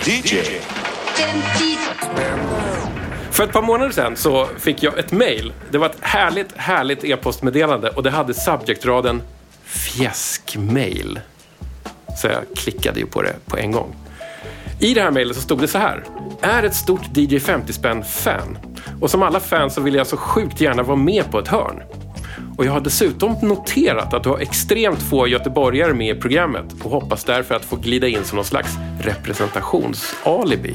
DJ. För ett par månader sedan så fick jag ett mejl. Det var ett härligt e-postmeddelande och det hade subject-raden fjäskmail. Så jag klickade ju på det på en gång. I det här mejlet så stod det så här: är ett stort DJ 50-spänn-fan. Och som alla fans så vill jag så sjukt gärna vara med på ett hörn. Och jag har dessutom noterat att du har extremt få göteborgare med i programmet och hoppas därför att få glida in som någon slags representationsalibi.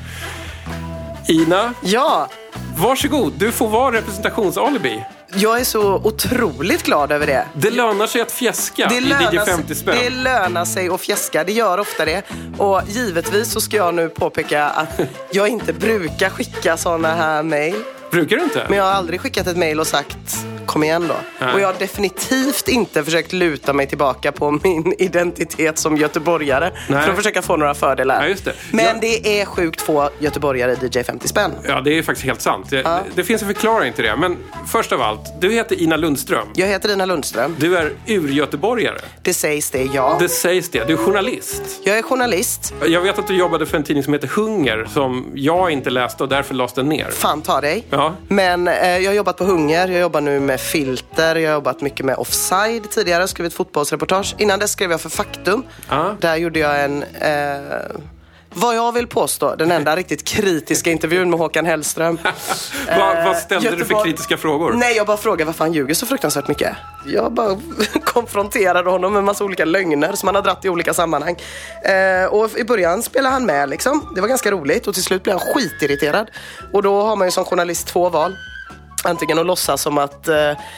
Ina? Ja. Varsågod, du får vara representationsalibi. Jag är så otroligt glad över det. Det lönar sig att fjäska i DJ 50 spänn. Det lönar sig att fjäska, det gör ofta det. Och givetvis så ska jag nu påpeka att jag inte brukar skicka såna här mejl. Brukar du inte? Men jag har aldrig skickat ett mejl och sagt kom igen då. Nej. Och jag har definitivt inte försökt luta mig tillbaka på min identitet som göteborgare. Nej. För att försöka få några fördelar. Ja, just det. Men det är sjukt få göteborgare i DJ 50 spänn. Ja, det är faktiskt helt sant. Det finns en förklaring till det. Men först av allt, du heter Ina Lundström. Jag heter Ina Lundström. Du är ur-göteborgare. Det sägs det, ja. Det sägs det. Du är journalist. Jag är journalist. Jag vet att du jobbade för en tidning som heter Hunger som jag inte läste och därför lades den ner. Fan ta dig. Ja. Men jag har jobbat på Hunger. Jag jobbar nu med Filter. Jag har jobbat mycket med Offside tidigare. Skrivit fotbollsreportage. Innan det skrev jag för Faktum. Där gjorde jag en... vad jag vill påstå, den enda riktigt kritiska intervjun med Håkan Hellström. Vad ställde du för kritiska frågor? Nej, jag bara frågade varför han ljuger så fruktansvärt mycket. Jag bara konfronterade honom med en massa olika lögner som han har dratt i olika sammanhang. Och i början spelade han med liksom. Det var ganska roligt och till slut blev han skitirriterad. Och då har man ju som journalist två val. Antingen att låtsas som att...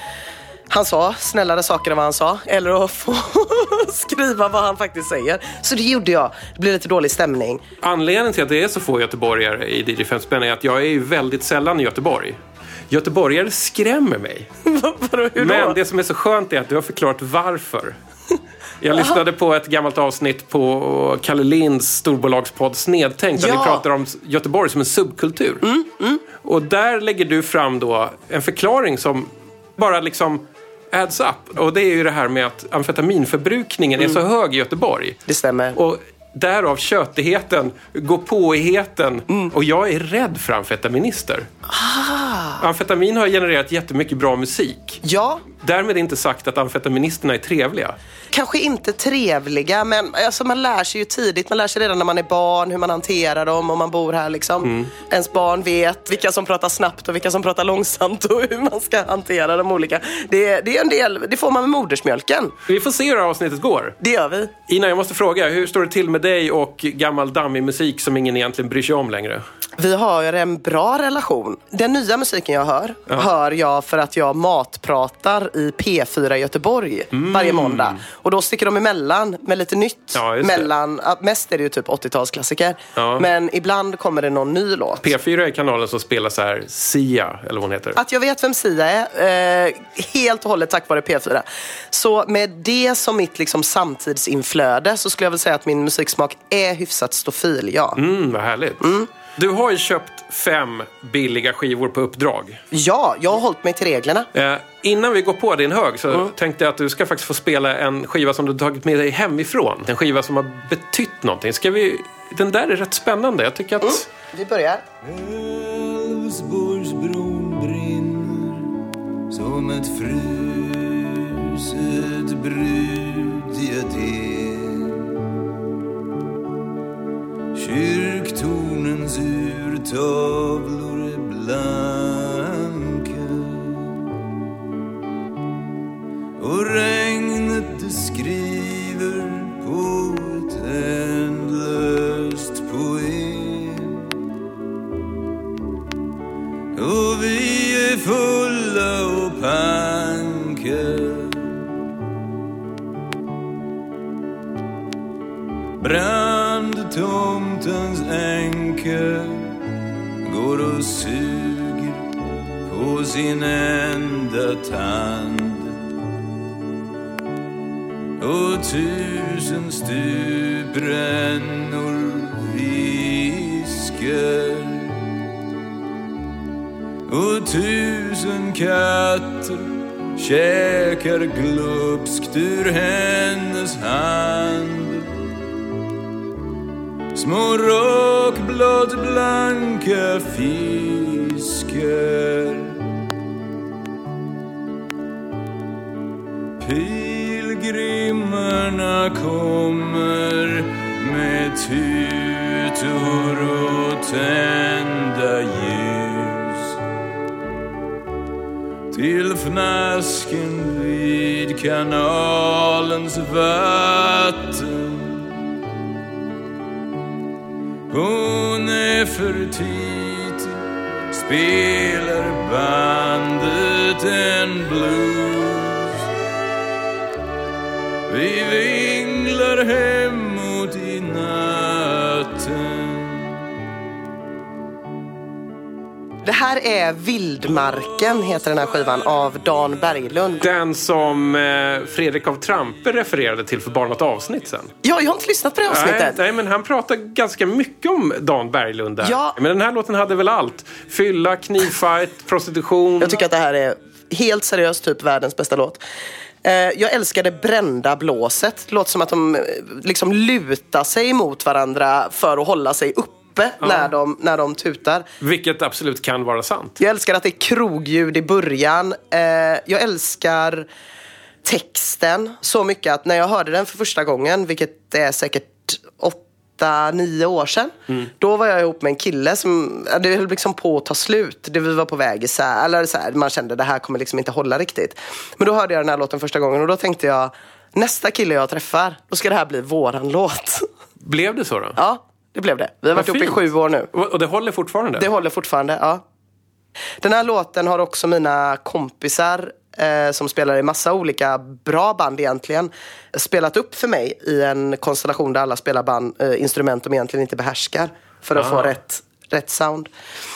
han sa snällare saker än vad han sa. Eller att få skriva vad han faktiskt säger. Så det gjorde jag. Det blev lite dålig stämning. Anledningen till att det är så få göteborgare i DJ 50 spänn är att jag är ju väldigt sällan i Göteborg. Göteborgare skrämmer mig. Hur då? Men det som är så skönt är att du har förklarat varför. Jag lyssnade på ett gammalt avsnitt på Kalle Linds storbolagspodd Snedtänkt där vi pratar om Göteborg som en subkultur. Och där lägger du fram då en förklaring som bara liksom adds up. Och det är ju det här med att amfetaminförbrukningen är så hög i Göteborg. Det stämmer. Och därav köttigheten, gåpåigheten. Och jag är rädd för amfetaminister. Amfetamin har genererat jättemycket bra musik. Ja. Därmed är inte sagt att amfetaministerna är trevliga. Kanske inte trevliga, men alltså man lär sig ju tidigt. Man lär sig redan när man är barn hur man hanterar dem om man bor här liksom. Ens barn vet vilka som pratar snabbt och vilka som pratar långsamt och hur man ska hantera de olika. Det är en del, det får man med modersmjölken. Vi får se hur avsnittet går. Det gör vi. Ina, jag måste fråga, hur står det till med dig och gammal dammig musik som ingen egentligen bryr sig om längre? Vi har en bra relation. Den nya musiken jag hör jag för att jag matpratar i P4 Göteborg varje måndag. Och då sticker de emellan med lite nytt. Mest är det ju typ 80-talsklassiker. Men ibland kommer det någon ny låt. P4 är kanalen som spelar så här Sia, eller vad hon heter. Att jag vet vem Sia är, helt och hållet tack vare P4. Så med det som mitt liksom samtidsinflöde så skulle jag väl säga att min musiksmak är hyfsat stofil, ja. Vad härligt. Du har ju köpt 5 billiga skivor på uppdrag. Ja, jag har hållit mig till reglerna. Innan vi går på din hög så tänkte jag att du ska faktiskt få spela en skiva som du tagit med dig hemifrån. En skiva som har betytt någonting. Den där är rätt spännande. Jag tycker att... Vi börjar. Älvsborgsbron brinner som ett fruset bruddiadem. Kyrktornens urtavlor är blanka och regnet det skriver på ett ändlöst poem. Och vi är fulla och panka. Brandtomtens änka går och suger på sin enda tand. Och 1000 stuprännor viskar. Och 1000 katter käkar glupskt ur hennes hand. små rakbladsblanka fiskar. Pilgrimerna kommer med tutor och tända ljus till fnasken vid kanalens vatten. Hon är för titig, spelar bandet en blues. Vi vinglar hemåt i natten. Det här är Vildmarken, heter den här skivan, av Dan Berglund. Den som Fredrik av Trampe refererade till för bara något avsnitt sen. Ja, jag har inte lyssnat på det avsnittet. Nej, men han pratar ganska mycket om Dan Berglund där. Ja. Men den här låten hade väl allt. Fylla, knivfight, prostitution. Jag tycker att det här är helt seriöst typ världens bästa låt. Jag älskar det brända blåset. Det låter som att de liksom lutar sig mot varandra för att hålla sig uppe när de tutar. Vilket absolut kan vara sant. Jag älskar att det är krogljud i början. Jag älskar texten så mycket att när jag hörde den för första gången, vilket är säkert 8-9 år sedan, då var jag ihop med en kille som det höll liksom på att ta slut. Vi var på väg isär, eller så här, man kände det här kommer liksom inte hålla riktigt. Men då hörde jag den här låten första gången och då tänkte jag, nästa kille jag träffar, då ska det här bli våran låt. Blev det så då? Ja, det blev det. Vi har varit uppe i 7 år nu. Och det håller fortfarande? Det håller fortfarande, ja. Den här låten har också mina kompisar som spelar i massa olika bra band egentligen spelat upp för mig i en konstellation där alla spelar instrument de egentligen inte behärskar för att få rätt sound.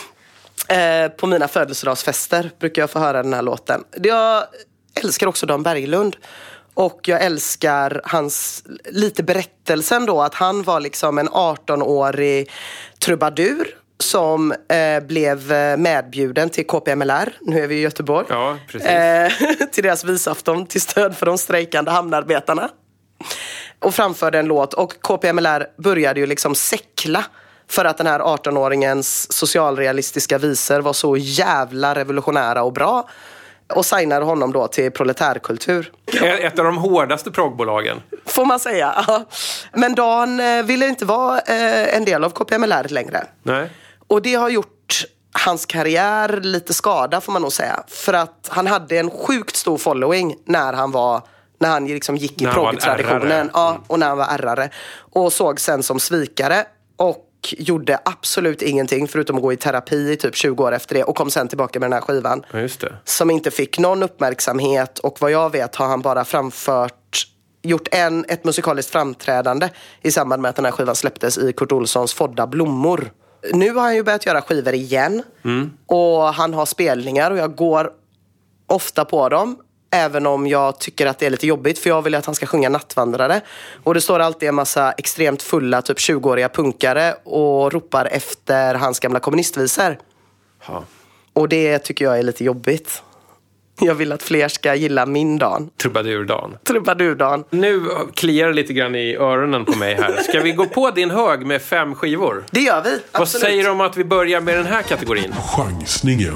På mina födelsedagsfester brukar jag få höra den här låten. Jag älskar också Dan Berglund. Och jag älskar hans lite berättelsen då, att han var liksom en 18-årig trubadur som blev medbjuden till KPMLR. Nu är vi i Göteborg. Ja, precis. Till deras visafton till stöd för de strejkande hamnarbetarna. Och framförde en låt. Och KPMLR började ju liksom säckla för att den här 18-åringens socialrealistiska visor var så jävla revolutionära och bra. Och signade honom då till proletärkultur. Ett av de hårdaste proggbolagen. Får man säga, ja. Men Dan ville inte vara en del av KPMLR längre. Nej. Och det har gjort hans karriär lite skada, får man nog säga. För att han hade en sjukt stor following när han liksom gick i proggtraditionen. Ja, och när han var ärrare. Och såg sen som svikare. Och gjorde absolut ingenting förutom att gå i terapi i typ 20 år efter det. Och kom sen tillbaka med den här skivan. Ja, just det. Som inte fick någon uppmärksamhet. Och vad jag vet har han bara gjort ett musikaliskt framträdande i samband med att den här skivan släpptes i Kurt Olssons Fodda blommor. Nu har han ju börjat göra skivor igen. Och han har spelningar och jag går ofta på dem. Även om jag tycker att det är lite jobbigt, för jag vill att han ska sjunga Nattvandrare. Och det står alltid en massa extremt fulla typ 20-åriga punkare och ropar efter hans gamla kommunistvisor. Ha. Och det tycker jag är lite jobbigt. Jag vill att fler ska gilla min Dan. Trubadurdan. Nu kliar det lite grann i öronen på mig här. Ska vi gå på din hög med 5 skivor? Det gör vi, absolut. Vad säger du om att vi börjar med den här kategorin? Chansningen.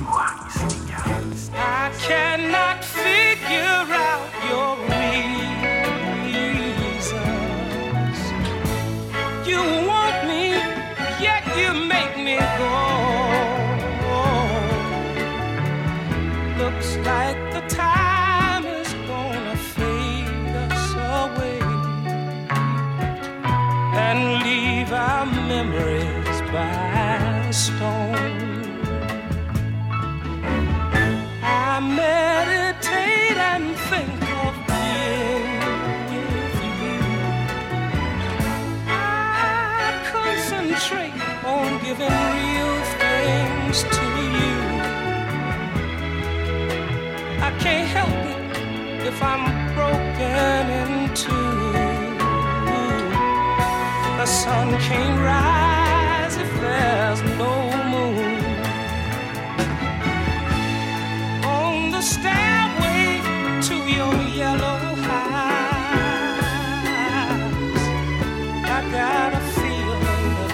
I cannot figure out your reasons. You want me, yet you make me go. Looks like the time is gonna fade us away and leave our memories by stone. I meditate and think of being with you. I concentrate on giving real things to you. I can't help it if I'm broken in two. The sun can't rise if there's no moon. The stairway to your yellow eyes, I got a feeling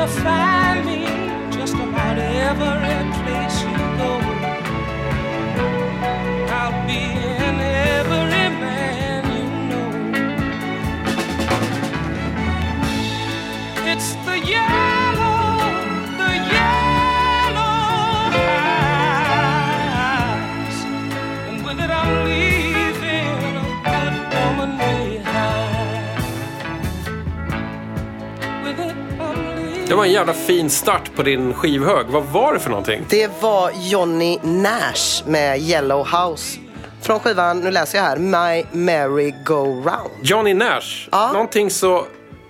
gonna find me just about every place you go. I'll be in every man you know. It's the yellow eyes, and with it I'm leaving a good woman behind. With it I'm leaving. Det var en jävla fin start på din skivhög. Vad var det för någonting? Det var Johnny Nash med Yellow House. Från skivan, nu läser jag här, My Merry Go Round. Johnny Nash. Ja. Någonting så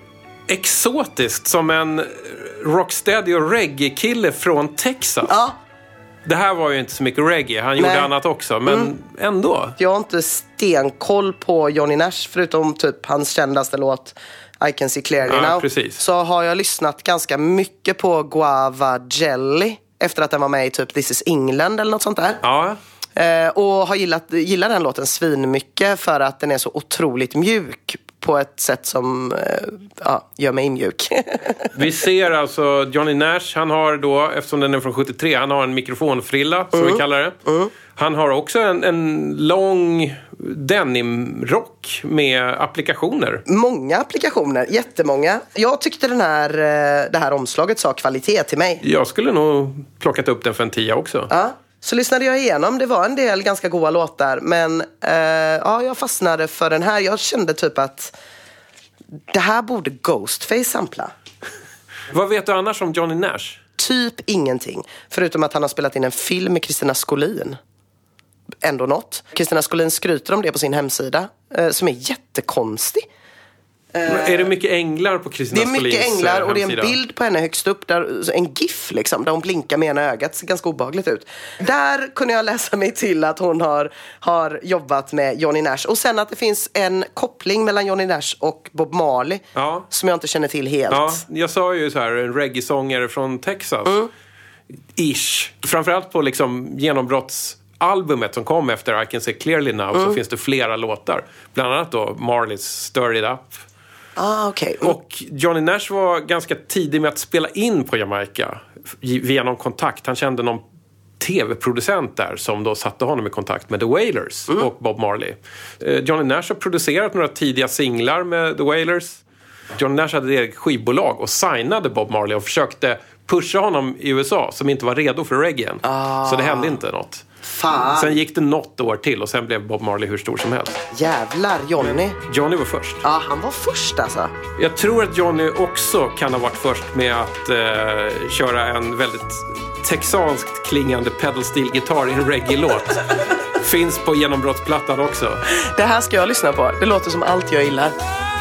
exotiskt som en rocksteady och reggae-kille från Texas. Ja. Det här var ju inte så mycket reggae. Han gjorde annat också, men ändå. Jag har inte stenkoll på Johnny Nash förutom typ hans kändaste låt I Can See Clearly Now. Precis. Så har jag lyssnat ganska mycket på Guava Jelly efter att den var med i typ This Is England eller något sånt där. Ja. Och har gillat den låten svinmycket för att den är så otroligt mjuk på ett sätt som gör mig mjuk. Vi ser alltså Johnny Nash, han har då, eftersom den är från 73, han har en mikrofonfrilla som vi kallar det. Han har också en lång denimrock med applikationer. Många applikationer, jättemånga. Jag tyckte det här omslaget sa kvalitet till mig. Jag skulle nog plockat upp den för en 10 också. Ja. Så lyssnade jag igenom, det var en del ganska goda låtar. Men jag fastnade för den här. Jag kände typ att det här borde Ghostface sampla. Vad vet du annars om Johnny Nash? Typ ingenting. Förutom att han har spelat in en film med Kristina Skolin. Ändå något. Kristina Skolin skryter om det på sin hemsida. Som är jättekonstig. Är det mycket änglar på Kristina Skolins hemsida? Det är mycket änglar och det är en hemsida? bild på henne högst upp, där, en gif liksom, där hon blinkar med ena ögat. Det ser ganska obehagligt ut. Där kunde jag läsa mig till att hon har jobbat med Johnny Nash. Och sen att det finns en koppling mellan Johnny Nash och Bob Marley som jag inte känner till helt. Ja, jag sa ju så här, en reggae-sångare från Texas. Ish. Framförallt på liksom genombrottsalbumet som kom efter I Can See Clearly Now så finns det flera låtar. Bland annat då Marleys Stir It Up. Okay. Och Johnny Nash var ganska tidig med att spela in på Jamaica via någon kontakt. Han kände någon tv-producent där som då satte honom i kontakt med The Wailers och Bob Marley. Johnny Nash har producerat några tidiga singlar med The Wailers. Johnny Nash hade ett skivbolag och signade Bob Marley och försökte pusha honom i USA som inte var redo för reggae. Så det hände inte något. Fan. Sen gick det något år till och sen blev Bob Marley hur stor som helst. Jävlar, Johnny. Johnny var först. Ja, han var först alltså. Jag tror att Johnny också kan ha varit först med att köra en väldigt texanskt klingande pedal-steel-gitarr i en reggae-låt. Finns på genombrottsplattan också. Det här ska jag lyssna på. Det låter som allt jag gillar.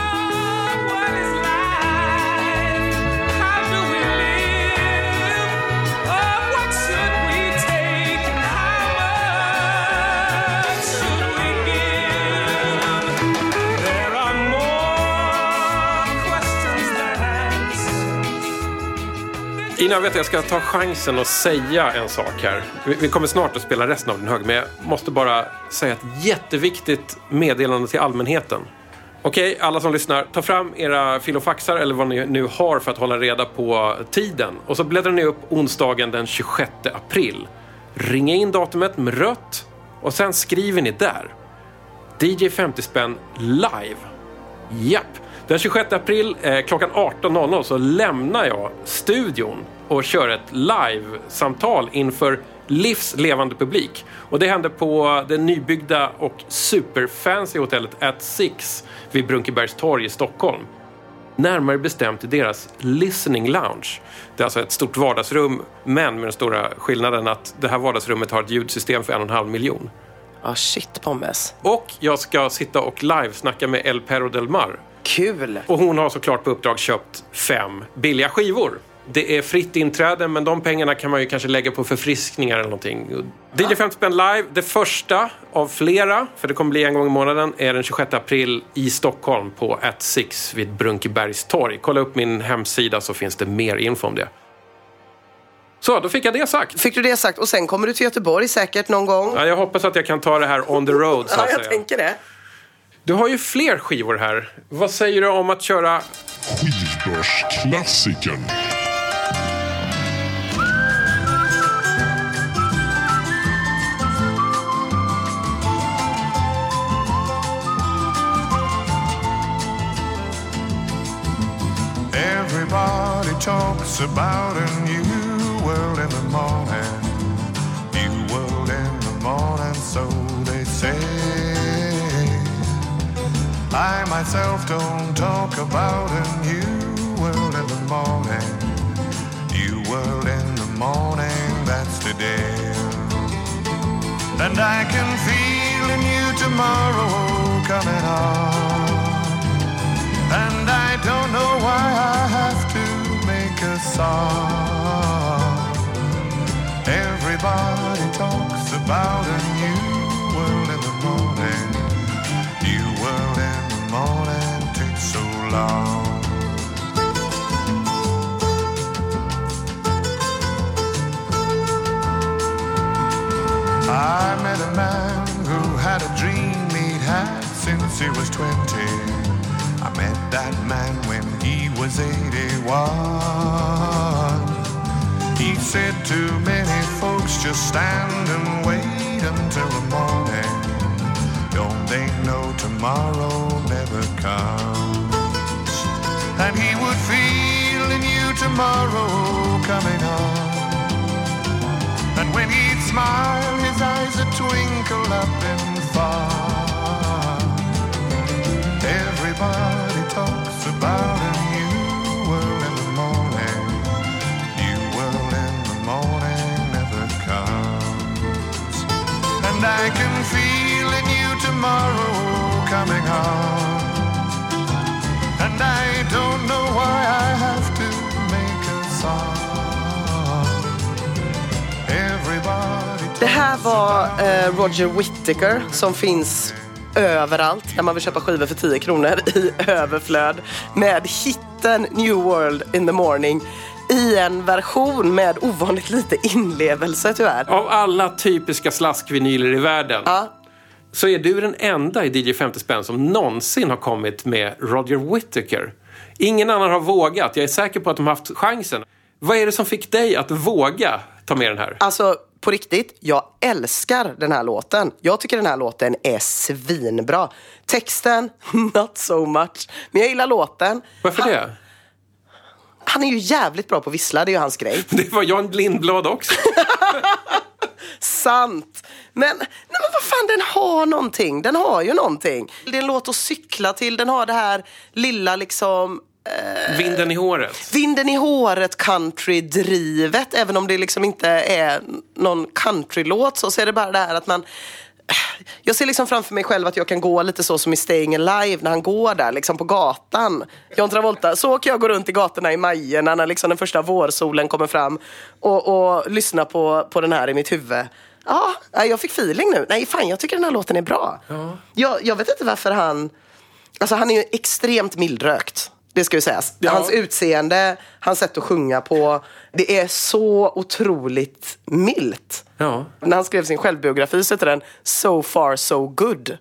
Innan jag ska ta chansen att säga en sak här. Vi kommer snart att spela resten av den hög, men jag måste bara säga ett jätteviktigt meddelande till allmänheten. Okej, alla som lyssnar, ta fram era filofaxar eller vad ni nu har för att hålla reda på tiden. Och så bläddrar ni upp onsdagen den 26 april. Ringa in datumet med rött och sen skriver ni där. DJ 50 spänn live. Japp. Den 26 april klockan 18.00 så lämnar jag studion och kör ett live-samtal inför livslevande publik. Och det händer på det nybyggda och superfancy hotellet At Six vid Brunkebergs torg i Stockholm. Närmare bestämt i deras listening lounge. Det är alltså ett stort vardagsrum, men med den stora skillnaden att det här vardagsrummet har ett ljudsystem för 1,5 miljon. Shit, Pommes. Och jag ska sitta och live-snacka med El Perro Del Mar. Kul. Och hon har såklart på uppdrag köpt 5 billiga skivor. Det är fritt inträde, men de pengarna kan man ju kanske lägga på förfriskningar eller någonting. DJ 50 spänn live, det första av flera, för det kommer bli en gång i månaden, är den 26 april i Stockholm på At Six vid Brunkebergs torg. Kolla upp min hemsida så finns det mer info om det. Så, då fick jag det sagt. Fick du det sagt? Och sen kommer du till Göteborg säkert någon gång? Ja, jag hoppas att jag kan ta det här on the road, så att säga. Ja, jag tänker det. Du har ju fler skivor här. Vad säger du om att köra Skivbörsklassikern? Everybody talks about a new world in the morning. New world in the morning, so they say. I myself don't talk about a new world in the morning. New world in the morning, that's today. And I can feel a new tomorrow coming on. And I don't know why I have to make a song. Everybody talks about a new world in the morning. New world in the morning takes so long. I met a man who had a dream he'd had since he was 20. I met that man when he was 81. He said to many folks, just stand and wait until the morning. Don't they know tomorrow never comes? And he would feel a new tomorrow coming on. And when he'd smile, his eyes would twinkle up in fun. Everybody talks about a new world in the morning. New world in the morning never comes. And I can feel a new tomorrow coming on. And I don't know why I have to make a song. Det här var Roger Whittaker som finns överallt när man vill köpa skivor för 10 kronor i överflöd med hitten New World in the Morning i en version med ovanligt lite inlevelse tyvärr. Av alla typiska slaskvinyler i världen så är du den enda i DJ 50 spänn som någonsin har kommit med Roger Whittaker. Ingen annan har vågat. Jag är säker på att de har haft chansen. Vad är det som fick dig att våga ta med den här? Alltså, på riktigt, jag älskar den här låten. Jag tycker den här låten är svinbra. Texten, not so much. Men jag gillar låten. Varför det? Han är ju jävligt bra på att vissla, det är ju hans grej. Det var Jan Lindblad också. Sant. Men vad fan, den har någonting. Den har ju någonting. Det är en låt att cykla till. Den har det här lilla liksom... Vinden i håret. Vinden i håret, country-drivet. Även om det liksom inte är någon countrylåt så är det bara det här att man... Jag ser liksom framför mig själv att jag kan gå lite så som i Staying Alive när han går där liksom på gatan. John Travolta, så kan jag gå runt i gatorna i Majerna när liksom den första vårsolen kommer fram och lyssna på den här i mitt huvud. Ja, jag fick feeling nu. Nej, fan, jag tycker den här låten är bra. Ja. Jag vet inte varför han... Alltså han är ju extremt mildrökt. Det ska ju sägas. Ja. Hans utseende, hans sätt att sjunga på, det är så otroligt milt. Ja. När han skrev sin självbiografi så heter den So Far So Good.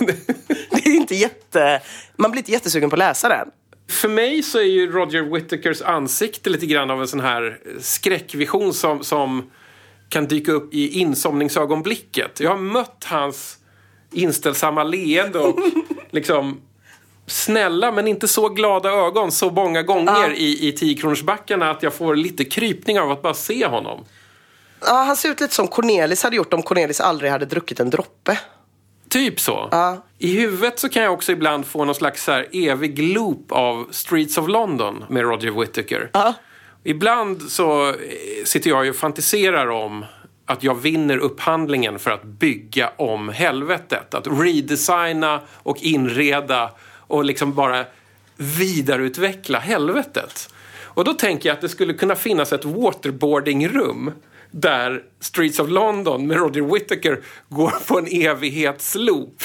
Det är inte man blir inte jättesugen på att läsa den. För mig så är ju Roger Whittakers ansikte lite grann av en sån här skräckvision som kan dyka upp i insomningsögonblicket. Jag har mött hans inställsamma leende och liksom snälla men inte så glada ögon så många gånger i 10-kronorsbackarna att jag får lite krypningar av att bara se honom. Ja, han ser ut lite som Cornelis hade gjort om Cornelis aldrig hade druckit en droppe. Typ så. Ja. I huvudet så kan jag också ibland få någon slags så här evig loop av Streets of London med Roger Whittaker. Ja. Ibland så sitter jag och fantiserar om att jag vinner upphandlingen för att bygga om helvetet. Att redesigna och inreda och liksom bara vidareutveckla helvetet. Och då tänker jag att det skulle kunna finnas ett waterboardingrum där Streets of London med Roger Whittaker går på en evighetsloop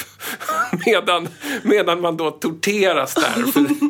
medan man då torteras där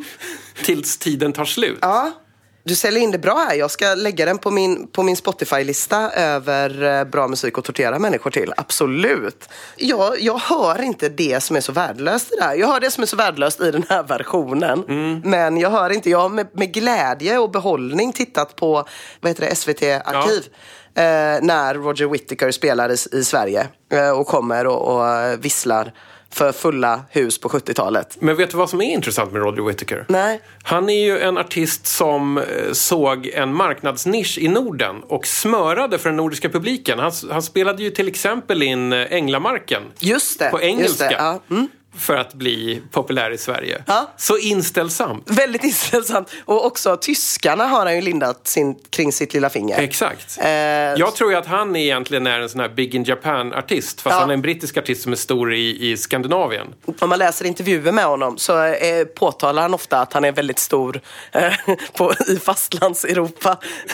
tills tiden tar slut. Ja. Du säljer in det bra här. Jag ska lägga den på min Spotify-lista över bra musik att tortera människor till. Absolut. Jag hör inte det som är så värdelöst i det här. Jag hör det som är så värdelöst i den här versionen. Men jag hör inte. Jag har med glädje och behållning tittat på SVT-arkiv. När Roger Whittaker spelar i Sverige och kommer och visslar för fulla hus på 70-talet. Men vet du vad som är intressant med Roger Whittaker? Nej. Han är ju en artist som såg en marknadsnisch i Norden och smörade för den nordiska publiken. Han spelade ju till exempel in Änglamarken Just det. på engelska. Just det, ja. För att bli populär i Sverige. Ja. Så inställsamt. Väldigt inställsamt. Och också tyskarna har han ju lindat kring sitt lilla finger. Exakt. Jag tror ju att han egentligen är en sån här Big in Japan-artist. Fast han är en brittisk artist som är stor i Skandinavien. Om man läser intervjuer med honom så påtalar han ofta att han är väldigt stor i fastlands-Europa.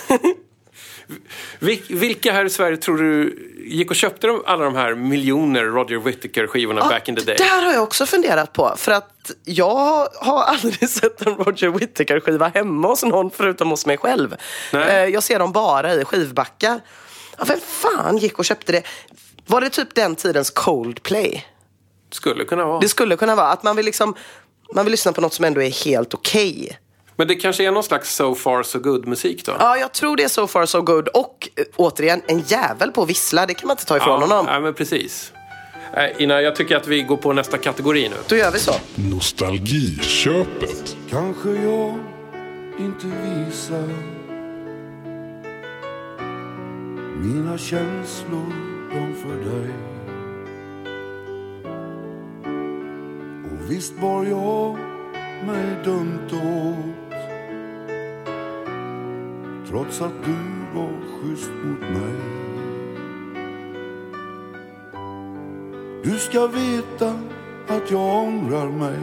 Vilka här i Sverige tror du gick och köpte alla de här miljoner Roger Whittaker-skivorna back in the day? Det här har jag också funderat på. För att jag har aldrig sett en Roger Whittaker-skiva hemma hos någon förutom hos mig själv. Jag ser dem bara i skivbackar. Ja, vem fan gick och köpte det? Var det typ den tidens Coldplay? Skulle kunna vara. Det skulle kunna vara att man vill lyssna på något som ändå är helt okej. Men det kanske är någon slags So Far So Good musik då? Ja, jag tror det är So Far So Good. Och återigen, en jävel på att vissla. Det kan man inte ta ifrån honom. Ja, men precis. Ina, jag tycker att vi går på nästa kategori nu. Då gör vi så. Nostalgiköpet. Kanske jag inte visar mina känslor de för dig. Och visst bar jag mig dumt åt, trots att du var schysst mot mig. Du ska veta att jag ångrar mig.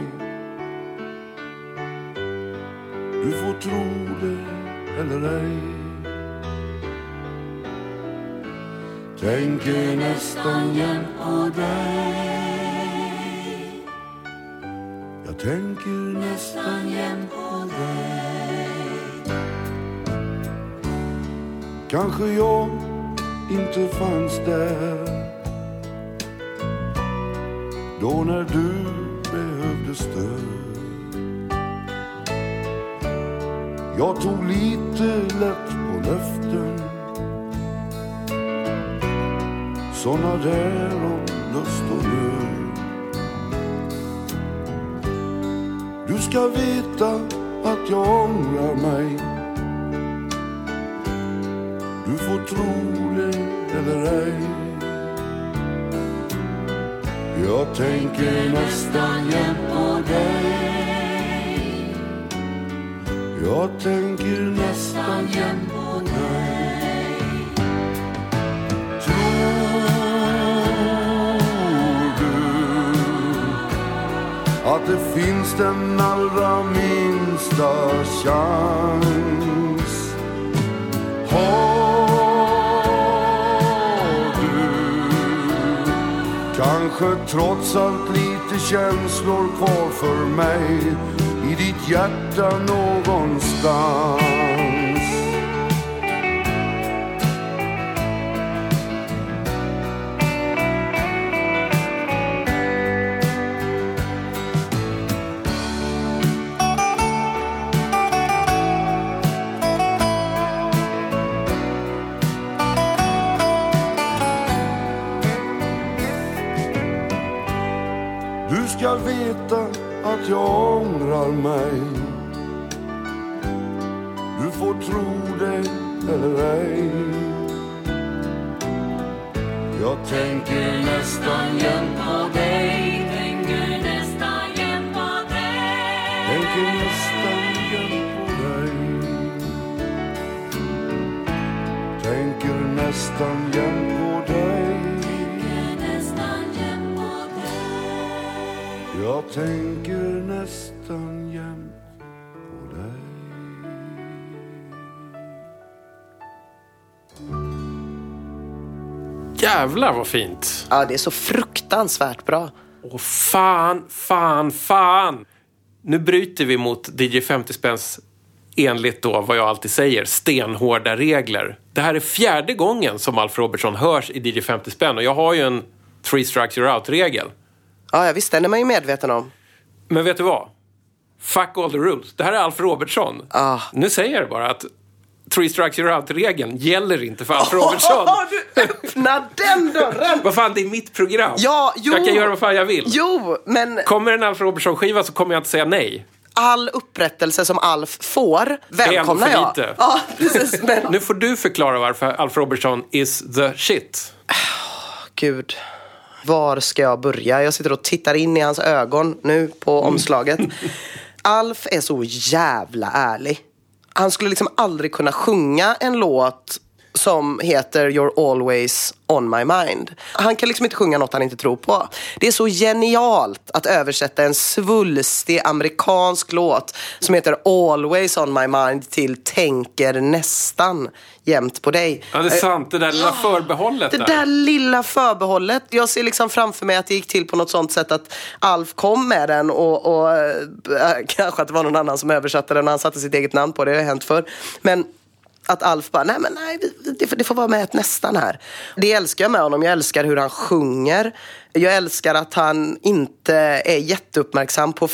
Du får tro det eller ej. Tänker nästan jämt på dig. Jag tänker nästan jämt på dig. Kanske jag inte fanns där då när du behövde stöd. Jag tog lite lätt på löften, såna där om lust och nöd. Du ska veta att jag ångrar mig. Du får tro det eller ej. Jag tänker nästan jämt på dig. Jag tänker nästan jämt på dig. Tror du att det finns den allra minsta chans? Har du kanske trots allt lite känslor kvar för mig i ditt hjärta någonstans? Du ska veta att jag ångrar mig. Du får tro det eller ej. Jag tänker nästan jämt på dig. Tänker nästan jämt på dig. Tänker nästan jämt på dig. Tänker nästan jämt på dig. Jag tänker nästan jämt på dig. Jävlar vad fint. Ja, det är så fruktansvärt bra. Åh, fan. Nu bryter vi mot DJ 50 spänns enligt då vad jag alltid säger, stenhårda regler. Det här är 4:e gången som Alf Robertson hörs i DJ 50 spänn. Och jag har ju en 3 strikes you're out-regel. Ja, visst, den är man ju medveten om. Men vet du vad? Fuck all the rules. Det här är Alf Robertson. Nu säger jag bara att Three strikes you're out-regeln gäller inte för Alf Robertson. Du öppnar den dörren! Vad fan, det är mitt program. Ja, jo. Jag kan göra vad fan jag vill. Jo, men Kommer en Alf Robertson-skiva så kommer jag inte säga nej. all upprättelse som Alf får välkomnar jag. Det är ändå för lite. Ja, precis. Men... Nu får du förklara varför Alf Robertson is the shit. Gud, var ska jag börja? Jag sitter och tittar in i hans ögon nu på omslaget. Alf är så jävla ärlig. Han skulle liksom aldrig kunna sjunga en låt som heter You're always on my mind. Han kan liksom inte sjunga något han inte tror på. Det är så genialt att översätta en svulstig amerikansk låt som heter Always on my mind till Tänker nästan jämt på dig. Ja, det är sant. Det där lilla förbehållet. Det där lilla förbehållet. Jag ser liksom framför mig att det gick till på något sånt sätt att Alf kom med den och kanske att det var någon annan som översatte den och han satte sitt eget namn på det. Det har hänt förr. Men att Alf bara, nej, det får vara med ett nästan här. Det älskar jag med honom. Jag älskar hur han sjunger. Jag älskar att han inte är jätteuppmärksam på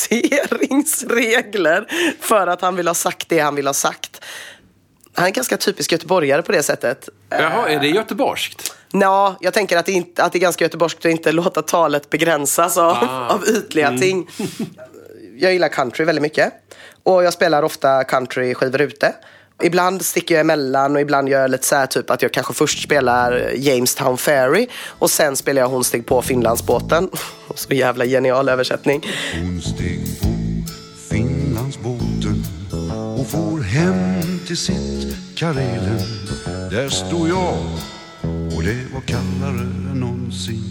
fraseringsregler för att han vill ha sagt det han vill ha sagt. Han är ganska typisk göteborgare på det sättet. Jaha, är det göteborgskt? Ja, jag tänker att det är ganska göteborgskt att inte låta talet begränsas av ytliga ting. Jag gillar country väldigt mycket. Och jag spelar ofta country-skivor ute. Ibland sticker jag emellan och ibland gör jag lite så här typ att jag kanske först spelar Jamestown Ferry och sen spelar jag Hon steg på Finlandsbåten. Så jävla genial översättning. Hon steg på Finlandsbåten och for hem till sitt Karelen. Där stod jag och det var kallare än någonsin.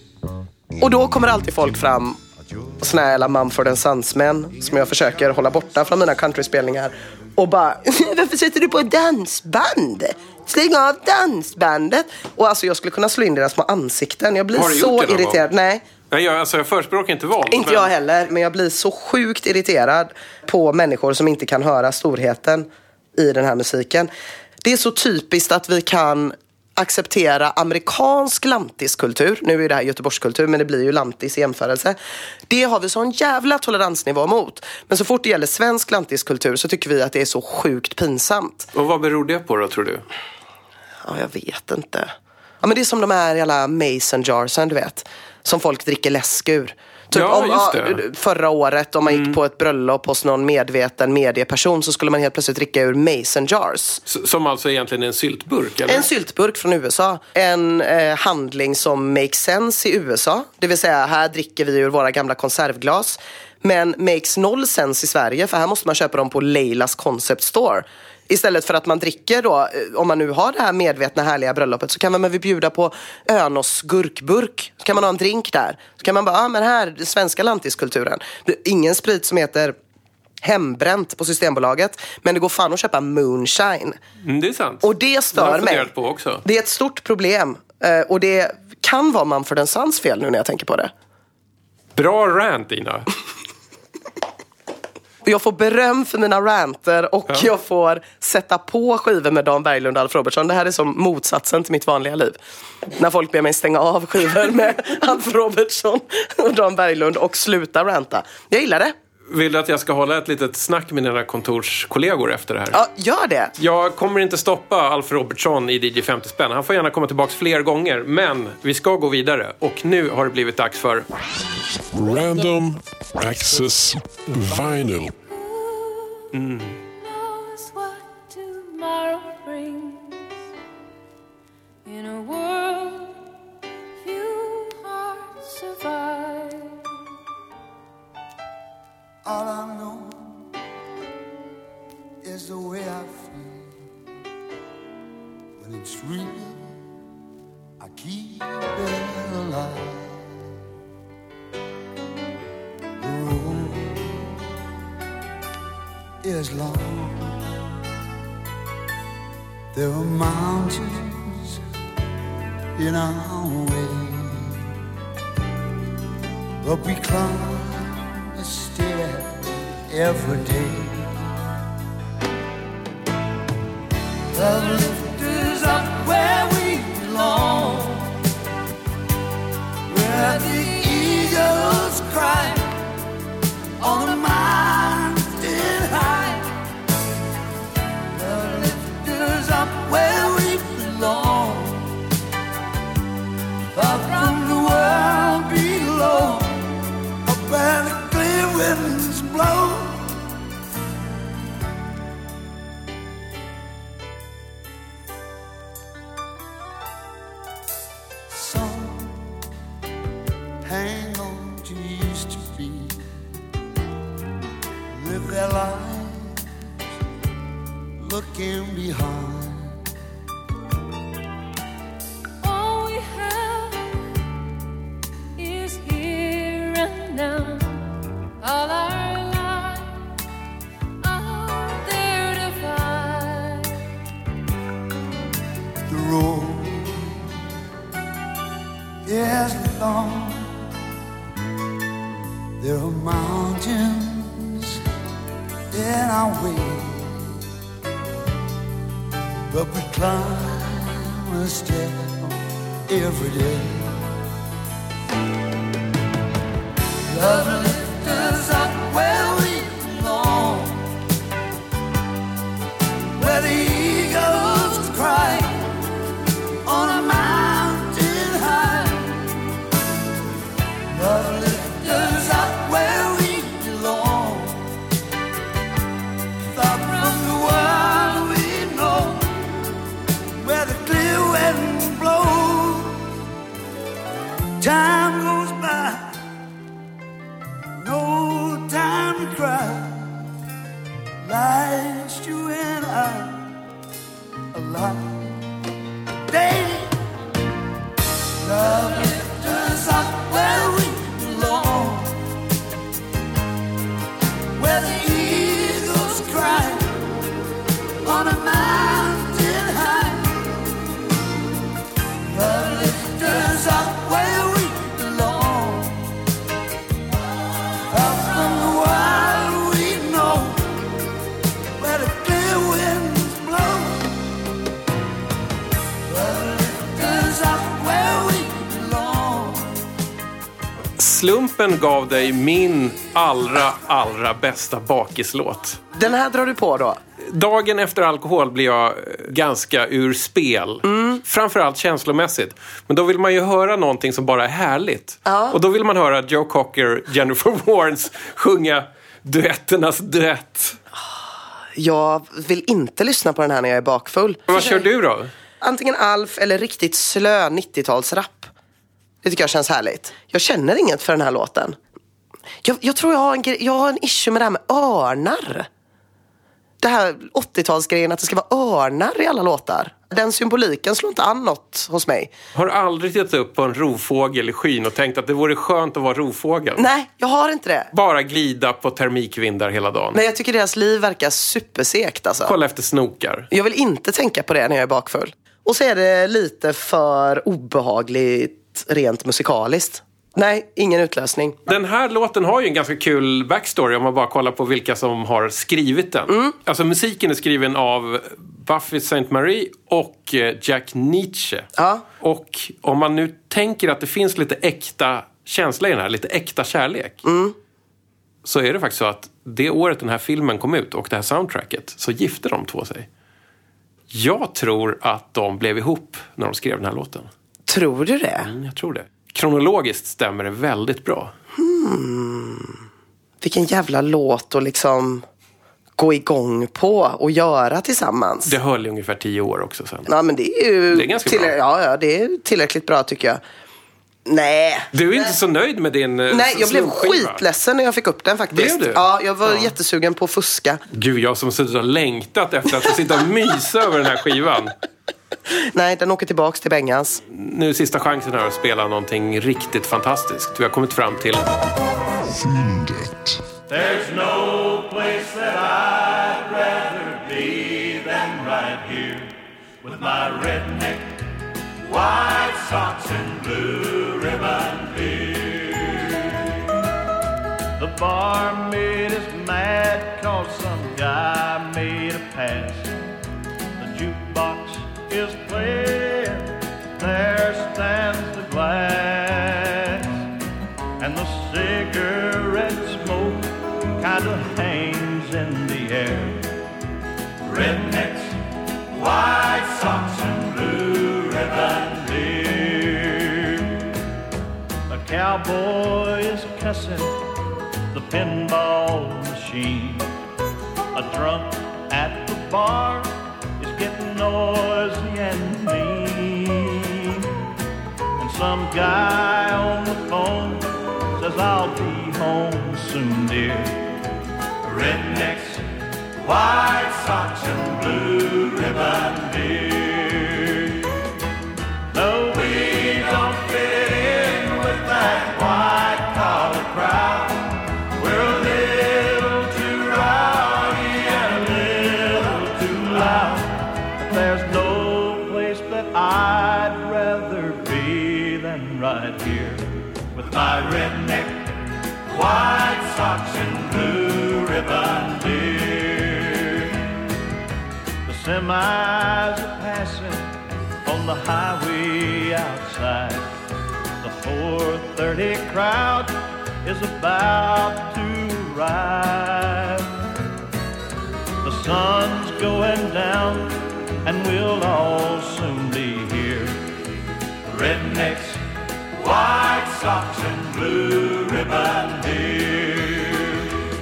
Och då kommer alltid folk fram, såna här jävla Mumford & Sons-män som jag försöker hålla borta från mina countryspelningar. Och bara, varför sätter du på dansband? Släng av dansbandet. Och alltså jag skulle kunna slå in deras små ansikten. Jag blir så irriterad. Nej. Nej, jag förespråkar inte våld. Inte jag heller, men jag blir så sjukt irriterad på människor som inte kan höra storheten i den här musiken. Det är så typiskt att vi kan acceptera amerikansk lantiskultur. Nu är det här göteborgskultur, men det blir ju lantis i jämförelse. Det har vi sån jävla toleransnivå mot. Men så fort det gäller svensk lantiskultur så tycker vi att det är så sjukt pinsamt. Och vad beror det på då, tror du? Ja, jag vet inte. Ja, men det är som de här jävla mason jarsen, du vet. Som folk dricker läsk ur. Typ förra året om man gick på ett bröllop hos någon medveten medieperson så skulle man helt plötsligt dricka ur mason jars. Som alltså egentligen är en syltburk, eller? En syltburk från USA. En handling som makes sense i USA. Det vill säga, här dricker vi ur våra gamla konservglas. Men makes noll sense i Sverige, för här måste man köpa dem på Leilas Concept Store. Istället för att man dricker då, om man nu har det här medvetna härliga bröllopet, så kan man väl bjuda på Önos gurkburk. Så kan man ha en drink där. Så kan man bara, men här, den svenska lantiskulturen. Det är ingen sprit som heter hembränt på Systembolaget, men det går fan att köpa moonshine. Det är sant. Och det stör mig. På också. Det är ett stort problem. Och det kan vara Mumford & Sons fel nu när jag tänker på det. Bra rant, Ina. Jag får beröm för mina ranter och jag får sätta på skivor med Dan Berglund och Alf Robertson. Det här är som motsatsen till mitt vanliga liv. När folk ber mig stänga av skivor med Alf Robertson och Dan Berglund och sluta ranta. Jag gillar det. Vill du att jag ska hålla ett litet snack med dina kontorskollegor efter det här? Ja, gör det. Jag kommer inte stoppa Alf Robertson i DJ 50 spänn. Han får gärna komma tillbaka fler gånger. Men vi ska gå vidare. Och nu har det blivit dags för Random Access Vinyl. Knows what tomorrow brings in a world few hearts survive. All I know is the way I feel. When it's real, I keep it alive. The road is long. There are mountains in our way, but we climb a stair every day. Love lift us up where we belong, where the eagles cry on the mountain high. Love lift live their lives looking behind. All we have is here and now. All our lives are there to find. The road is long. There are mountains in our way, but we climb a step every day. Love lifts us up where we belong, where the eagles cry on a mountain high. Love lifts us up where we belong, far from the world we know, where the clear wind blows. Time goes by, no time to cry. Life's you and I alive. Daily, love lifts us up where we belong, where the eagles cry on a mountain high. Love lifts us up where we belong, out from the wild we know, where the clear winds blow. Love lifts us up where we belong. Slumpen gav dig min allra bästa bakislåt. Den här drar du på då? Dagen efter alkohol blir jag ganska ur spel. Framförallt känslomässigt. Men då vill man ju höra någonting som bara är härligt. Ja. Och då vill man höra Joe Cocker, Jennifer Warnes sjunga duetternas duett. Jag vill inte lyssna på den här när jag är bakfull. Vad kör du då? Antingen Alf eller riktigt slö 90-talsrap. Det tycker jag känns härligt. Jag känner inget för den här låten. Jag tror jag har en issue med det här med örnar. Det här 80-talsgrejen att det ska vara örnar i alla låtar. Den symboliken slår inte an något hos mig. Har du aldrig tittat upp på en rovfågel i skyn och tänkt att det vore skönt att vara rovfågel? Nej, jag har inte det. Bara glida på termikvindar hela dagen. Nej, jag tycker deras liv verkar supersekt alltså. Kolla efter snokar. Jag vill inte tänka på det när jag är bakfull. Och så är det lite för obehagligt rent musikaliskt. Nej, ingen utlösning. Den här låten har ju en ganska kul backstory om man bara kollar på vilka som har skrivit den. Alltså musiken är skriven av Buffy St. Marie och Jack Nietzsche. Ja. Och om man nu tänker att det finns lite äkta känsla i den här, lite äkta kärlek. Så är det faktiskt så att det året den här filmen kom ut och det här soundtracket så gifte de två sig. Jag tror att de blev ihop när de skrev den här låten. Tror du det? Jag tror det. Kronologiskt stämmer det väldigt bra. Vilken jävla låt att liksom gå igång på och göra tillsammans. Det höll i ungefär 10 år också sen. Ja, men det är ju... Det är ganska bra. Ja, det är tillräckligt bra tycker jag. Nej. Du är inte så nöjd med din Nej, jag blev slumpskiva. skitledsen när jag fick upp den faktiskt. Blev du? Ja, jag var jättesugen på att fuska. Gud, jag som har suttit och längtat efter att få sitta och mysa över den här skivan. Nej, den åker tillbaks till Bengans. Nu är sista chansen här att spela någonting riktigt fantastiskt. Vi har kommit fram till... Fyndet. There's no place that I'd rather be than right here with my redneck, white socks and blue ribbon beard. The barmaid is mad 'cause some guy made a pass. The jukebox is playing, there stands the glass, and the cigarette smoke kind of hangs in the air. Rednecks, white socks and blue ribbon beard. A cowboy is cussing the pinball machine. A drunk at the bar is getting noisy and mean. And some guy on the phone says I'll be home soon, dear. Rednecks, White Sox and blue ribbon deer. No, we don't fit in with that white collar crowd. We're a little too rowdy and a little too loud. But there's no place that I'd rather be than right here with my redneck, White Sox and blue ribbon deer. The semis are passing on the highway outside. The 4:30 crowd is about to ride. The sun's going down and we'll all soon be here. Rednecks, White Sox and blue ribbon deer.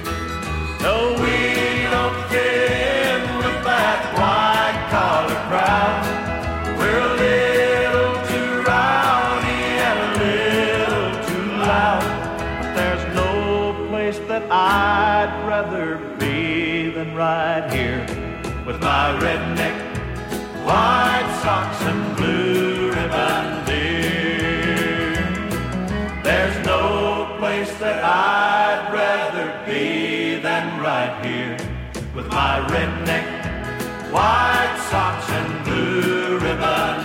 No, we don't fit in with that white collar crowd. We're a little too rowdy and a little too loud. But there's no place that I'd rather be than right here with my redneck, White Sox and blue ribbon deer. There's no place that I'd rather be than right here with my redneck, White Sox and blue ribbon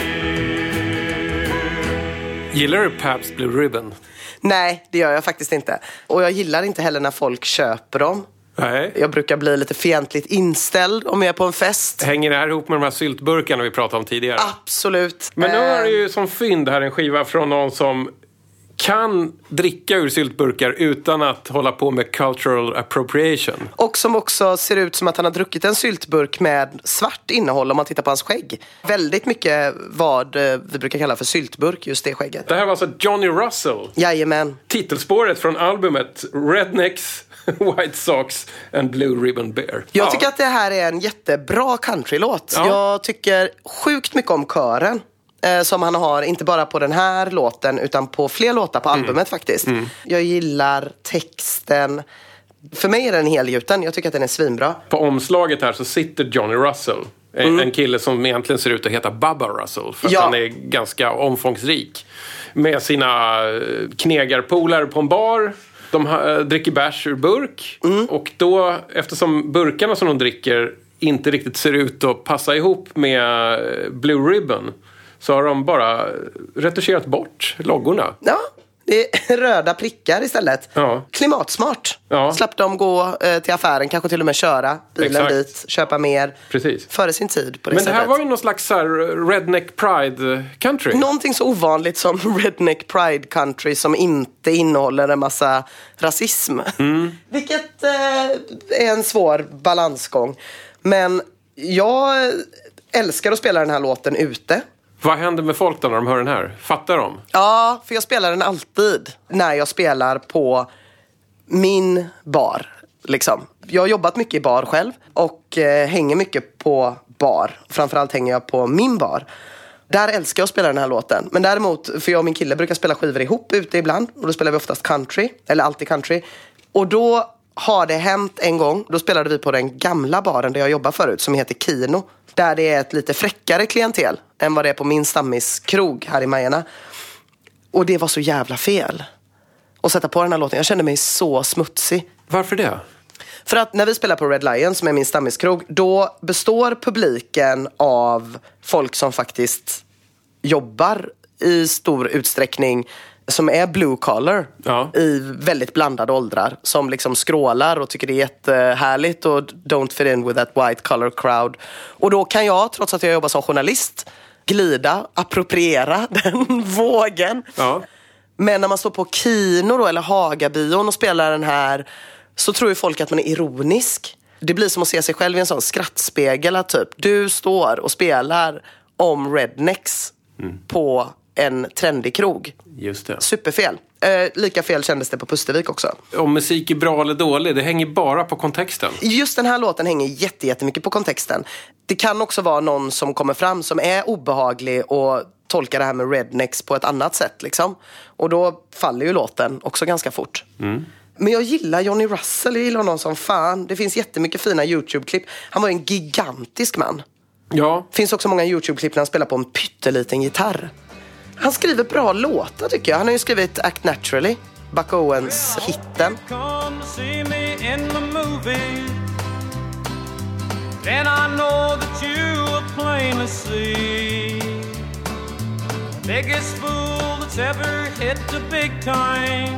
deer. Gillar du Pabst Blue Ribbon? Nej, det gör jag faktiskt inte. Och jag gillar inte heller när folk köper dem. Nej. Jag brukar bli lite fientligt inställd om jag är på en fest. Hänger det här ihop med de här syltburkarna vi pratade om tidigare? Absolut. Men nu har du ju som fynd här en skiva från någon som kan dricka ur syltburkar utan att hålla på med cultural appropriation. Och som också ser ut som att han har druckit en syltburk med svart innehåll om man tittar på hans skägg. Väldigt mycket vad vi brukar kalla för syltburk, just det skägget. Det här var alltså Johnny Russell. Jajamän. Titelspåret från albumet Rednecks, White Sox and Blue Ribbon Bear. Jag tycker att det här är en jättebra countrylåt. Ja. Jag tycker sjukt mycket om kören. Som han har, inte bara på den här låten utan på fler låtar på albumet faktiskt. Jag gillar texten. För mig är den helgjuten. Jag tycker att den är svinbra. På omslaget här så sitter Johnny Russell. En kille som egentligen ser ut att heta Bubba Russell. För att han är ganska omfångsrik. Med sina knegarpolare på en bar. De dricker bärs ur burk. Och då, eftersom burkarna som de dricker inte riktigt ser ut att passa ihop med Blue Ribbon, så har de bara retuscherat bort loggorna. Ja, det är röda prickar istället. Ja. Klimatsmart. Ja. Slapp de gå till affären, kanske till och med köra bilen dit, köpa mer. Precis. Före sin tid på det Men sättet. det här var ju någon slags så här redneck pride country. Någonting så ovanligt som redneck pride country som inte innehåller en massa rasism. Vilket är en svår balansgång. Men jag älskar att spela den här låten ute. Vad händer med folk då när de hör den här? Fattar de? Ja, för jag spelar den alltid när jag spelar på min bar. Liksom. Jag har jobbat mycket i bar själv och hänger mycket på bar. Framförallt hänger jag på min bar. Där älskar jag att spela den här låten. Men däremot, för jag och min kille brukar spela skivor ihop ute ibland. Och då spelar vi oftast country, eller alltid country. Och då har det hänt en gång. Då spelade vi på den gamla baren där jag jobbar förut, som heter Kino. Där det är ett lite fräckare klientel än vad det är på min stammiskrog här i Majerna. Och det var så jävla fel att sätta på den här låten. Jag kände mig så smutsig. Varför det? För att när vi spelar på Red Lion, som är min stammiskrog, då består publiken av folk som faktiskt jobbar i stor utsträckning, som är blue collar i väldigt blandade åldrar, som liksom skrålar och tycker det är jättehärligt och don't fit in with that white collar crowd. Och då kan jag, trots att jag jobbar som journalist, glida, appropriera den vågen. Ja. Men när man står på Kino då, eller Hagabion och spelar den här, så tror ju folk att man är ironisk. Det blir som att se sig själv i en sån skrattspegel, typ. Du står och spelar om rednecks på en trendig krog. Just det. Superfel. Lika fel kändes det på Pustervik också. Om musik är bra eller dålig, det hänger bara på kontexten. Just den här låten hänger jättemycket på kontexten. Det kan också vara någon som kommer fram som är obehaglig och tolkar det här med rednecks på ett annat sätt liksom. Och då faller ju låten också ganska fort. Men jag gillar Johnny Russell, jag gillar honom som fan. Det finns jättemycket fina YouTube-klipp. Han var en gigantisk man. Ja. Det finns också många YouTube-klipp när han spelar på en pytteliten gitarr. Han skriver bra låtar tycker jag. Han har ju skrivit Act Naturally, Buck Owens-hitten. Come to see me in the movie. Then I know that you will plainly see biggest fool that's ever hit the big time.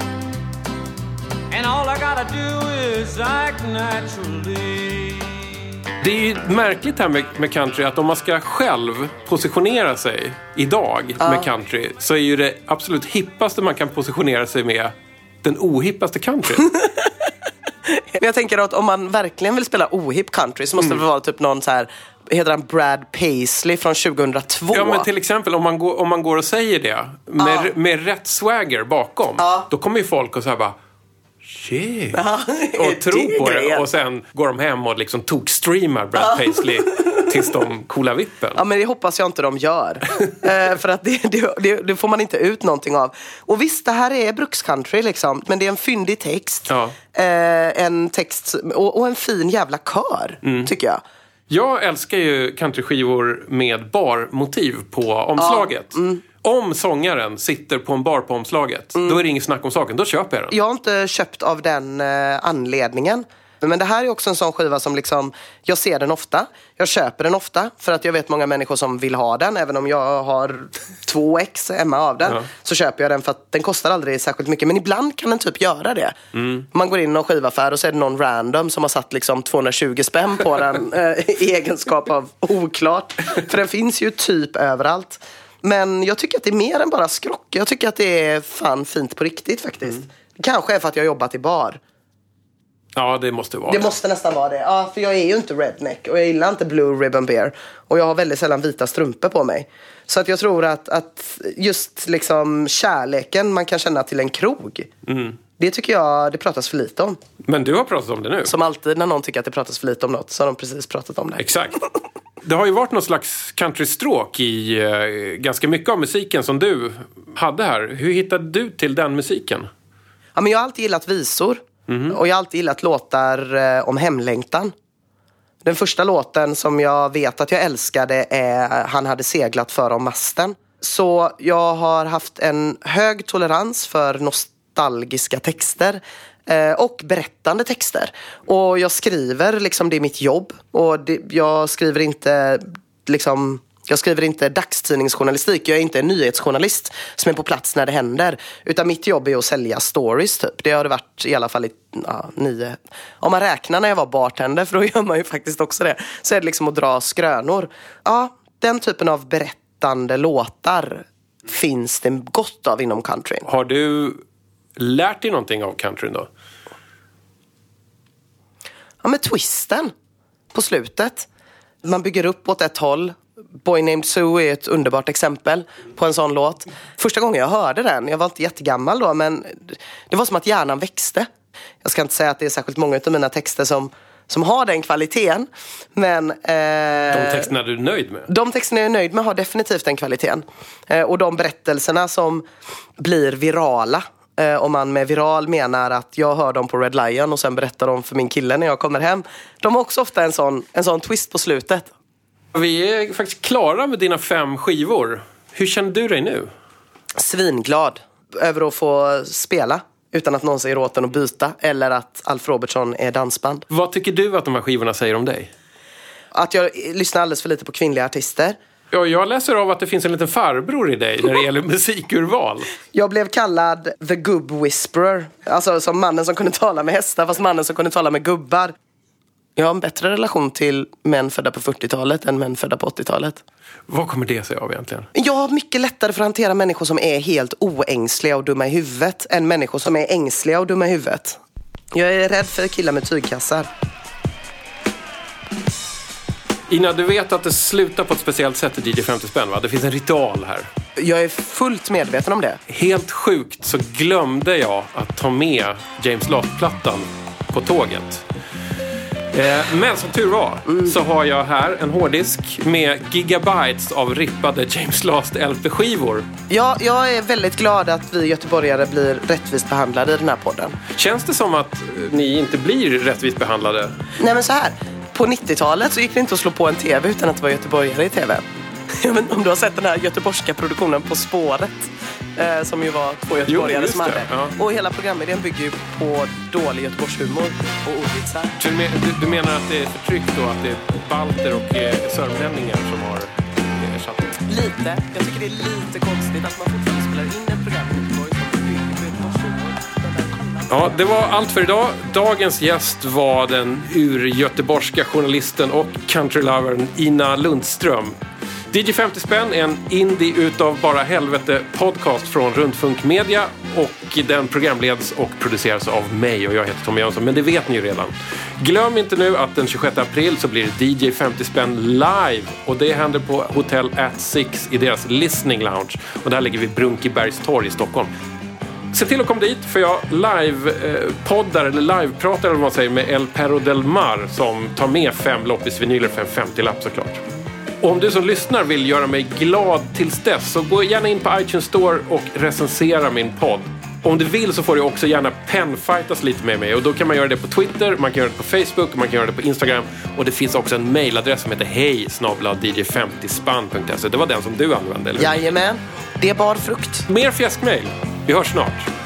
And all I gotta do is act naturally. Det är ju märkligt här med country att om man ska själv positionera sig idag med country så är ju det absolut hippaste man kan positionera sig med den ohippaste country. Men jag tänker att om man verkligen vill spela ohip country så måste det vara typ någon så här, heter han Brad Paisley från 2002? Ja, men till exempel om man går och säger det med rätt swagger bakom, då kommer ju folk och så här bara shit, och tro på det. Och sen går de hem och liksom tokstreamar Brad Paisley tills de coola vippen. Ja, men det hoppas jag inte de gör. För att det får man inte ut någonting av. Och visst, det här är brukscountry liksom. Men det är en fyndig text. Ja. En text och en fin jävla kör, tycker jag. Jag älskar ju countryskivor med barmotiv på omslaget. Om sångaren sitter på en bar på omslaget, då är det inget snack om saken. Då köper jag den. Jag har inte köpt av den anledningen. Men det här är också en sån skiva som liksom, jag ser den ofta. Jag köper den ofta för att jag vet många människor som vill ha den. Även om jag har 2 ex hemma av den, så köper jag den för att den kostar aldrig särskilt mycket. Men ibland kan den typ göra det. Man går in i någon skivaffär och så är det någon random som har satt liksom 220 spänn på den i egenskap av oklart. För den finns ju typ överallt. Men jag tycker att det är mer än bara skrock. Jag tycker att det är fan fint på riktigt faktiskt. Kanske är för att jag har jobbat i bar. Ja, det måste vara det. Det måste nästan vara det. Ja, för jag är ju inte redneck och jag gillar inte Blue Ribbon Bear. Och jag har väldigt sällan vita strumpor på mig. Så att jag tror att just liksom kärleken man kan känna till en krog. Det tycker jag det pratas för lite om. Men du har pratat om det nu. Som alltid när någon tycker att det pratas för lite om något så har de precis pratat om det. Exakt. Det har ju varit någon slags countrystråk i ganska mycket av musiken som du hade här. Hur hittade du till den musiken? Ja, men jag har alltid gillat visor. Och jag har alltid gillat låtar om hemlängtan. Den första låten som jag vet att jag älskade är Han hade seglat för om masten. Så jag har haft en hög tolerans för nostalgiska texter och berättande texter. Och jag skriver liksom, det är mitt jobb. Och jag skriver inte liksom... Jag skriver inte dagstidningsjournalistik. Jag är inte en nyhetsjournalist som är på plats när det händer. Utan mitt jobb är att sälja stories typ. Det har det varit i alla fall i 9. Om man räknar när jag var bartender, för då gör man ju faktiskt också det. Så är det liksom att dra skrönor. Ja, den typen av berättande låtar finns det gott av inom countryn. Har du lärt dig någonting av countryn då? Ja, med twisten på slutet. Man bygger upp åt ett håll. Boy Named Sue är ett underbart exempel på en sån låt. Första gången jag hörde den, jag var inte jättegammal då, men det var som att hjärnan växte. Jag ska inte säga att det är särskilt många av mina texter som har den kvaliteten, men... de texterna du är nöjd med? De texterna jag är nöjd med har definitivt den kvaliteten. Och de berättelserna som blir virala, om man med viral menar att jag hör dem på Red Lion och sen berättar de för min kille när jag kommer hem. De har också ofta en sån twist på slutet. Vi är faktiskt klara med dina 5 skivor. Hur känner du dig nu? Svinglad över att få spela utan att någon säger åt den att byta eller att Alf Robertson är dansband. Vad tycker du att de här skivorna säger om dig? Att jag lyssnar alldeles för lite på kvinnliga artister. Ja, jag läser av att det finns en liten farbror i dig när det gäller musikurval. Jag blev kallad The Gubb Whisperer. Alltså som mannen som kunde tala med hästar fast mannen som kunde tala med gubbar. Jag har en bättre relation till män födda på 40-talet än män födda på 80-talet. Vad kommer det sig av egentligen? Jag har mycket lättare för att hantera människor som är helt oängsliga och dumma i huvudet än människor som är ängsliga och dumma i huvudet. Jag är rädd för killar med tygkassar. Ina, du vet att det slutar på ett speciellt sätt i DJ 50 spänn, va? Det finns en ritual här. Jag är fullt medveten om det. Helt sjukt så glömde jag att ta med James Last-plattan på tåget. Men som tur var så har jag här en hårddisk med gigabytes av rippade James Last LP-skivor. Ja, jag är väldigt glad att vi göteborgare blir rättvist behandlade i den här podden. Känns det som att ni inte blir rättvist behandlade? Nej, men så här. På 90-talet så gick det inte att slå på en tv utan att vara göteborgare i tv. Jag vet inte om du har sett den här göteborgska produktionen På spåret. Som ju var 2 göteborgare som hade. Ja. Och hela programidén bygger ju på dålig göteborgshumor och ordvitsar. Så du menar att det är förtryck då? Att det är balter och sörmlänningar som har ersatt? Lite. Jag tycker det är lite konstigt att man fortfarande spelar in ett program i Göteborg som bygger på göteborgshumor. Ja, det var allt för idag. Dagens gäst var den urgöteborgska journalisten och countrylovern Ina Lundström. DJ 50 spänn är en indie utav bara helvete podcast från Rundfunk Media och den programleds och produceras av mig och jag heter Tommy Jönsson, men det vet ni ju redan. Glöm inte nu att den 26 april så blir det DJ 50 spänn live och det händer på Hotel at Six i deras listening lounge och där ligger vi Brunkebergstorg i Stockholm. Se till att komma dit för jag live-poddar eller live-pratar eller vad man säger med El Perro del Mar som tar med 5 loppisvinyler för en 50-lapp såklart. Och om du som lyssnar vill göra mig glad tills dess så gå gärna in på iTunes Store och recensera min podd. Om du vill så får du också gärna penfightas lite med mig och då kan man göra det på Twitter, man kan göra det på Facebook, man kan göra det på Instagram och det finns också en mailadress som heter hej@dj50spann.se. Det var den som du använde, eller hur? Jajamän, det är bar frukt. Mer fjäskmail. Vi hörs snart.